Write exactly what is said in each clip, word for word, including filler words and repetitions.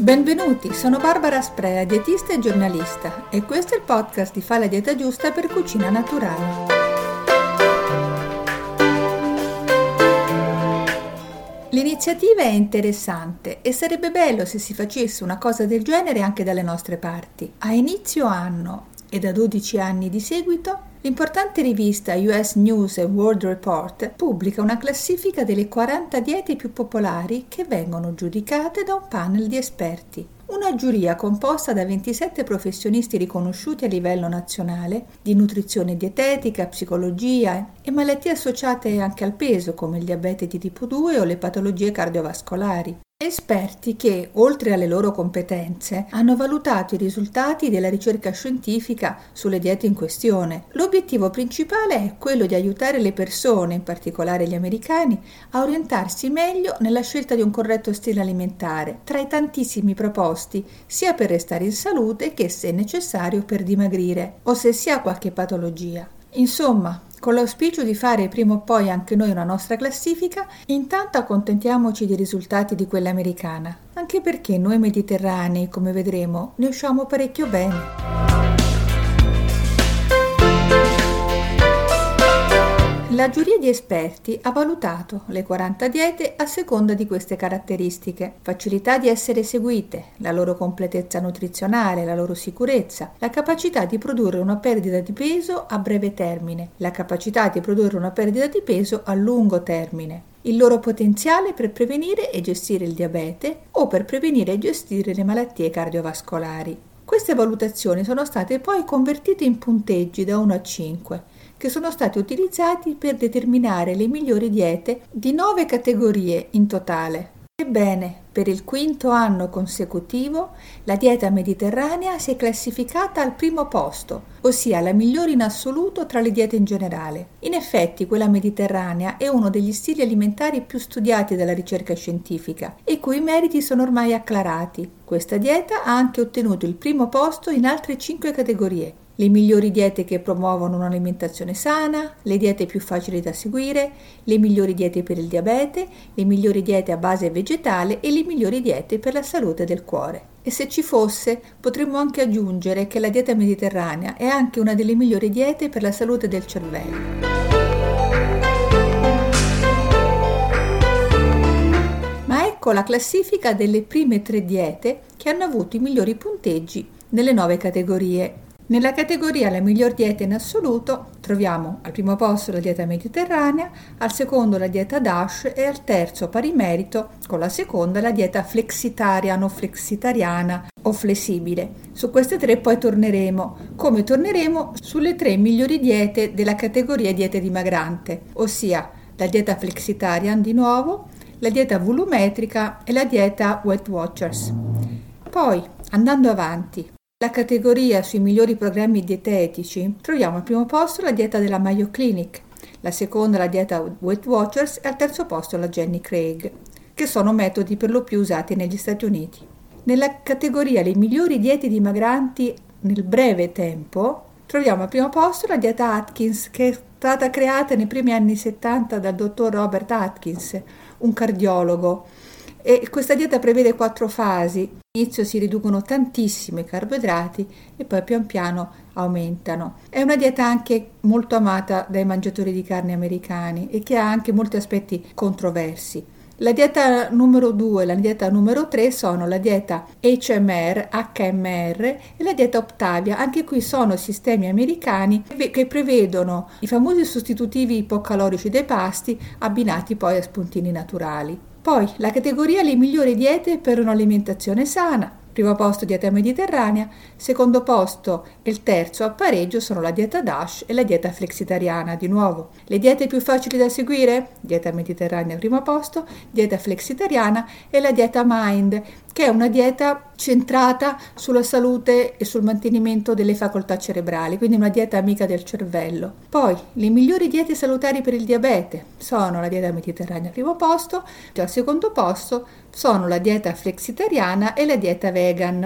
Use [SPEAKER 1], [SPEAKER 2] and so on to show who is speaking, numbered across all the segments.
[SPEAKER 1] Benvenuti, sono Barbara Sprea, dietista e giornalista, e questo è il podcast di Fa la dieta giusta per cucina naturale. L'iniziativa è interessante e sarebbe bello se si facesse una cosa del genere anche dalle nostre parti. A inizio anno e da dodici anni di seguito, l'importante rivista U S News and World Report pubblica una classifica delle quaranta diete più popolari che vengono giudicate da un panel di esperti. Una giuria composta da ventisette professionisti riconosciuti a livello nazionale di nutrizione dietetica, psicologia e malattie associate anche al peso come il diabete di tipo due o le patologie cardiovascolari. Esperti che, oltre alle loro competenze, hanno valutato i risultati della ricerca scientifica sulle diete in questione. L'obiettivo principale è quello di aiutare le persone, in particolare gli americani, a orientarsi meglio nella scelta di un corretto stile alimentare, tra i tantissimi proposti, sia per restare in salute che, se necessario, per dimagrire o se si ha qualche patologia. Insomma, con l'auspicio di fare prima o poi anche noi una nostra classifica, intanto accontentiamoci dei risultati di quella americana, anche perché noi mediterranei, come vedremo, ne usciamo parecchio bene. La giuria di esperti ha valutato le quaranta diete a seconda di queste caratteristiche: facilità di essere seguite, la loro completezza nutrizionale, la loro sicurezza, la capacità di produrre una perdita di peso a breve termine, la capacità di produrre una perdita di peso a lungo termine, il loro potenziale per prevenire e gestire il diabete o per prevenire e gestire le malattie cardiovascolari. Queste valutazioni sono state poi convertite in punteggi da uno a cinque, che sono stati utilizzati per determinare le migliori diete di nove categorie in totale. Ebbene, per il quinto anno consecutivo, la dieta mediterranea si è classificata al primo posto, ossia la migliore in assoluto tra le diete in generale. In effetti, quella mediterranea è uno degli stili alimentari più studiati dalla ricerca scientifica e i cui meriti sono ormai acclarati. Questa dieta ha anche ottenuto il primo posto in altre cinque categorie: le migliori diete che promuovono un'alimentazione sana, le diete più facili da seguire, le migliori diete per il diabete, le migliori diete a base vegetale e le migliori diete per la salute del cuore. E se ci fosse, potremmo anche aggiungere che la dieta mediterranea è anche una delle migliori diete per la salute del cervello. Ma ecco la classifica delle prime tre diete che hanno avuto i migliori punteggi nelle nove categorie. Nella categoria la miglior dieta in assoluto troviamo al primo posto la dieta mediterranea, al secondo la dieta DASH e al terzo pari merito con la seconda la dieta flexitarian o flexitariana o flessibile. Su queste tre poi torneremo, come torneremo sulle tre migliori diete della categoria diete dimagrante, ossia la dieta flexitarian di nuovo, la dieta volumetrica e la dieta Weight Watchers. Poi, andando avanti, la categoria sui migliori programmi dietetici troviamo al primo posto la dieta della Mayo Clinic, la seconda la dieta Weight Watchers e al terzo posto la Jenny Craig, che sono metodi per lo più usati negli Stati Uniti. Nella categoria le migliori diete dimagranti nel breve tempo troviamo al primo posto la dieta Atkins, che è stata creata nei primi anni settanta dal dottor Robert Atkins, un cardiologo. E questa dieta prevede quattro fasi. All'inizio si riducono tantissimi carboidrati e poi pian piano aumentano. È una dieta anche molto amata dai mangiatori di carne americani e che ha anche molti aspetti controversi. La dieta numero due e la dieta numero tre sono la dieta H M R, H M R e la dieta Optavia. Anche qui sono sistemi americani che prevedono i famosi sostitutivi ipocalorici dei pasti abbinati poi a spuntini naturali. Poi la categoria le migliori diete per un'alimentazione sana. Primo posto dieta mediterranea, secondo posto e il terzo a pareggio sono la dieta DASH e la dieta flexitariana di nuovo. Le diete più facili da seguire? Dieta mediterranea primo posto, dieta flexitariana e la dieta Mind, che è una dieta centrata sulla salute e sul mantenimento delle facoltà cerebrali, quindi una dieta amica del cervello. Poi le migliori diete salutari per il diabete sono la dieta mediterranea al primo posto, al secondo posto sono la dieta flexitariana e la dieta vegan.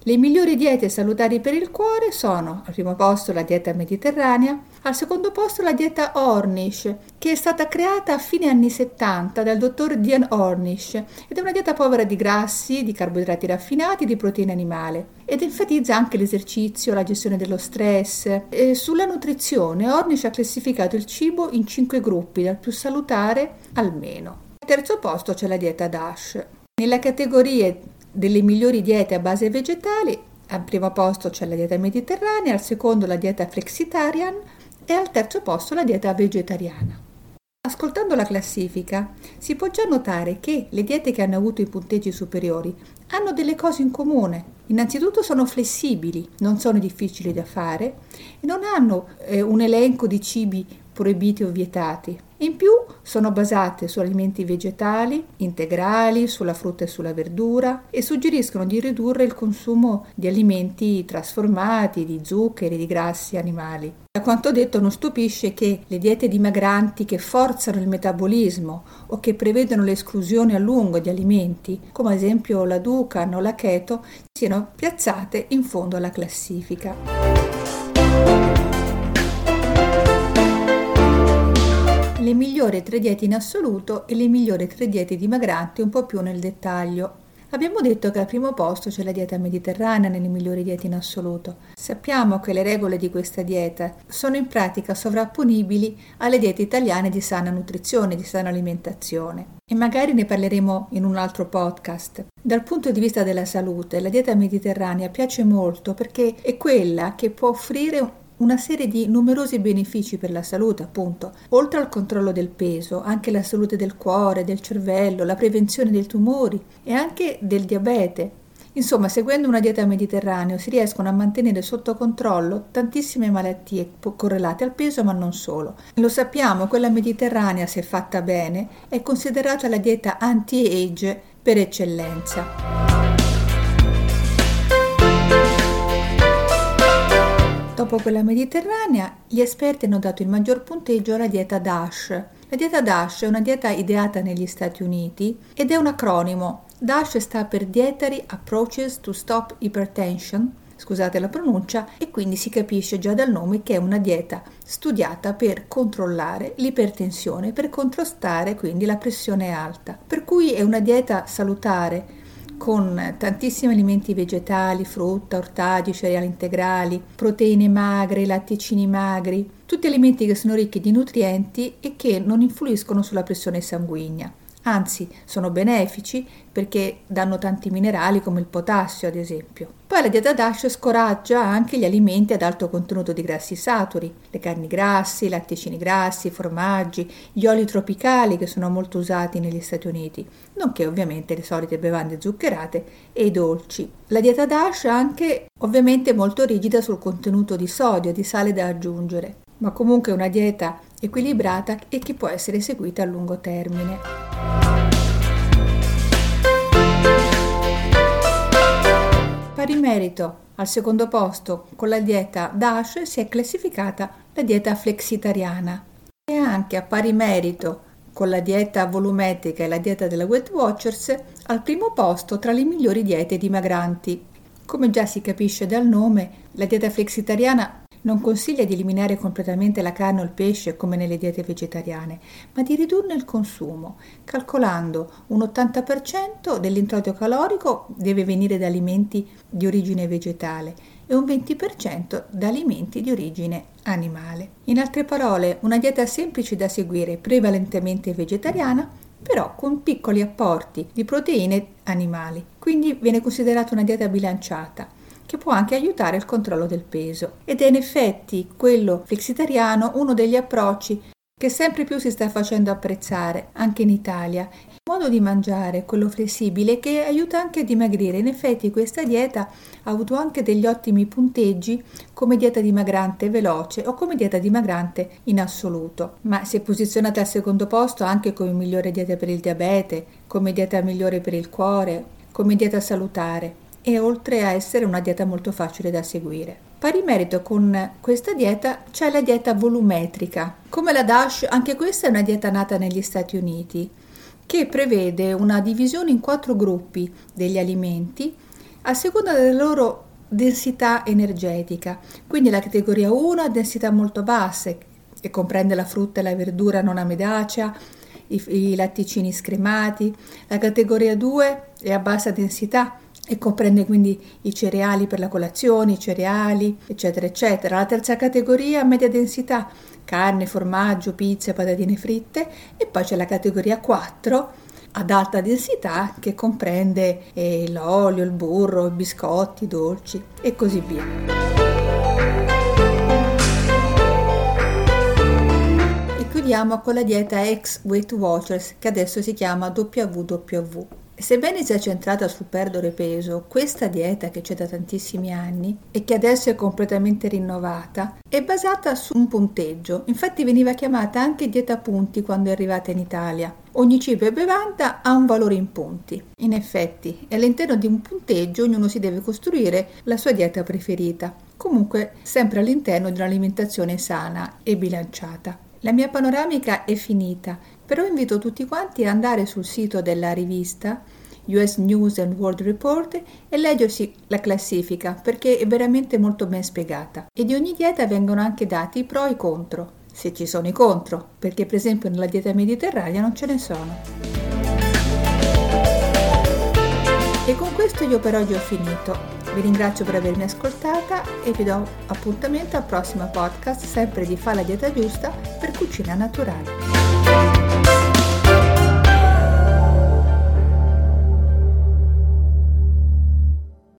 [SPEAKER 1] Le migliori diete salutari per il cuore sono al primo posto la dieta mediterranea, al secondo posto la dieta Ornish, che è stata creata a fine anni settanta dal dottor Dian Ornish ed è una dieta povera di grassi, di carboidrati raffinati e di proteine animali ed enfatizza anche l'esercizio, la gestione dello stress. E sulla nutrizione Ornish ha classificato il cibo in cinque gruppi, dal più salutare al meno. Al terzo posto c'è la dieta DASH. Nella categoria delle migliori diete a base vegetali, al primo posto c'è la dieta mediterranea, al secondo la dieta flexitarian e al terzo posto la dieta vegetariana. Ascoltando la classifica si può già notare che le diete che hanno avuto i punteggi superiori hanno delle cose in comune. Innanzitutto sono flessibili, non sono difficili da fare e non hanno eh, un elenco di cibi proibiti o vietati. In più sono basate su alimenti vegetali, integrali, sulla frutta e sulla verdura e suggeriscono di ridurre il consumo di alimenti trasformati, di zuccheri, di grassi animali. Da quanto detto non stupisce che le diete dimagranti che forzano il metabolismo o che prevedono l'esclusione a lungo di alimenti, come ad esempio la Dukan o la Keto, siano piazzate in fondo alla classifica. Le migliori tre diete in assoluto e le migliori tre diete dimagranti un po' più nel dettaglio. Abbiamo detto che al primo posto c'è la dieta mediterranea nelle migliori diete in assoluto. Sappiamo che le regole di questa dieta sono in pratica sovrapponibili alle diete italiane di sana nutrizione, di sana alimentazione. E magari ne parleremo in un altro podcast. Dal punto di vista della salute, la dieta mediterranea piace molto perché è quella che può offrire una serie di numerosi benefici per la salute, appunto. Oltre al controllo del peso, anche la salute del cuore, del cervello, la prevenzione dei tumori e anche del diabete. Insomma, seguendo una dieta mediterranea si riescono a mantenere sotto controllo tantissime malattie correlate al peso, ma non solo. Lo sappiamo, quella mediterranea, se fatta bene, è considerata la dieta anti-age per eccellenza. Dopo quella mediterranea, gli esperti hanno dato il maggior punteggio alla dieta DASH. La dieta DASH è una dieta ideata negli Stati Uniti ed è un acronimo. DASH sta per Dietary Approaches to Stop Hypertension, scusate la pronuncia, e quindi si capisce già dal nome che è una dieta studiata per controllare l'ipertensione, per contrastare quindi la pressione alta. Per cui è una dieta salutare, con tantissimi alimenti vegetali, frutta, ortaggi, cereali integrali, proteine magre, latticini magri, tutti alimenti che sono ricchi di nutrienti e che non influiscono sulla pressione sanguigna. Anzi, sono benefici perché danno tanti minerali come il potassio, ad esempio. Poi la dieta DASH scoraggia anche gli alimenti ad alto contenuto di grassi saturi, le carni grasse, i latticini grassi, i formaggi, gli oli tropicali che sono molto usati negli Stati Uniti, nonché ovviamente le solite bevande zuccherate e i dolci. La dieta DASH è anche ovviamente molto rigida sul contenuto di sodio e di sale da aggiungere, ma comunque è una dieta equilibrata e che può essere eseguita a lungo termine. Pari merito al secondo posto con la dieta DASH si è classificata la dieta flexitariana e anche a pari merito con la dieta volumetrica e la dieta della Weight Watchers al primo posto tra le migliori diete dimagranti. Come già si capisce dal nome, la dieta flexitariana non consiglia di eliminare completamente la carne o il pesce come nelle diete vegetariane, ma di ridurne il consumo, calcolando un ottanta per cento dell'introito calorico deve venire da alimenti di origine vegetale e un venti per cento da alimenti di origine animale. In altre parole, una dieta semplice da seguire, prevalentemente vegetariana, però con piccoli apporti di proteine animali, quindi viene considerata una dieta bilanciata, che può anche aiutare il controllo del peso. Ed è in effetti quello flexitariano uno degli approcci che sempre più si sta facendo apprezzare anche in Italia. Il modo di mangiare, quello flessibile, che aiuta anche a dimagrire. In effetti questa dieta ha avuto anche degli ottimi punteggi come dieta dimagrante veloce o come dieta dimagrante in assoluto, ma si è posizionata al secondo posto anche come migliore dieta per il diabete, come dieta migliore per il cuore, come dieta salutare, e oltre a essere una dieta molto facile da seguire. Pari merito con questa dieta c'è la dieta volumetrica. Come la DASH, anche questa è una dieta nata negli Stati Uniti, che prevede una divisione in quattro gruppi degli alimenti a seconda della loro densità energetica. Quindi la categoria uno ha densità molto basse, che comprende la frutta e la verdura non amidacea, i, i latticini scremati. La categoria due è a bassa densità e comprende quindi i cereali per la colazione, i cereali, eccetera, eccetera. La terza categoria a media densità, carne, formaggio, pizza, patatine fritte, e poi c'è la categoria quattro ad alta densità che comprende eh, l'olio, il burro, i biscotti, i dolci e così via. E chiudiamo con la dieta ex Weight Watchers, che adesso si chiama W W W. Sebbene sia centrata sul perdere peso, questa dieta che c'è da tantissimi anni e che adesso è completamente rinnovata è basata su un punteggio. Infatti veniva chiamata anche dieta punti quando è arrivata in Italia. Ogni cibo e bevanda ha un valore in punti. In effetti, all'interno di un punteggio ognuno si deve costruire la sua dieta preferita, comunque sempre all'interno di un'alimentazione sana e bilanciata. La mia panoramica è finita, però invito tutti quanti ad andare sul sito della rivista U S News and World Report e leggersi la classifica, perché è veramente molto ben spiegata. E di ogni dieta vengono anche dati i pro e i contro, se ci sono i contro, perché per esempio nella dieta mediterranea non ce ne sono. E con questo io per oggi ho finito. Vi ringrazio per avermi ascoltata e vi do appuntamento al prossimo podcast, sempre di Fa la dieta giusta per cucina naturale.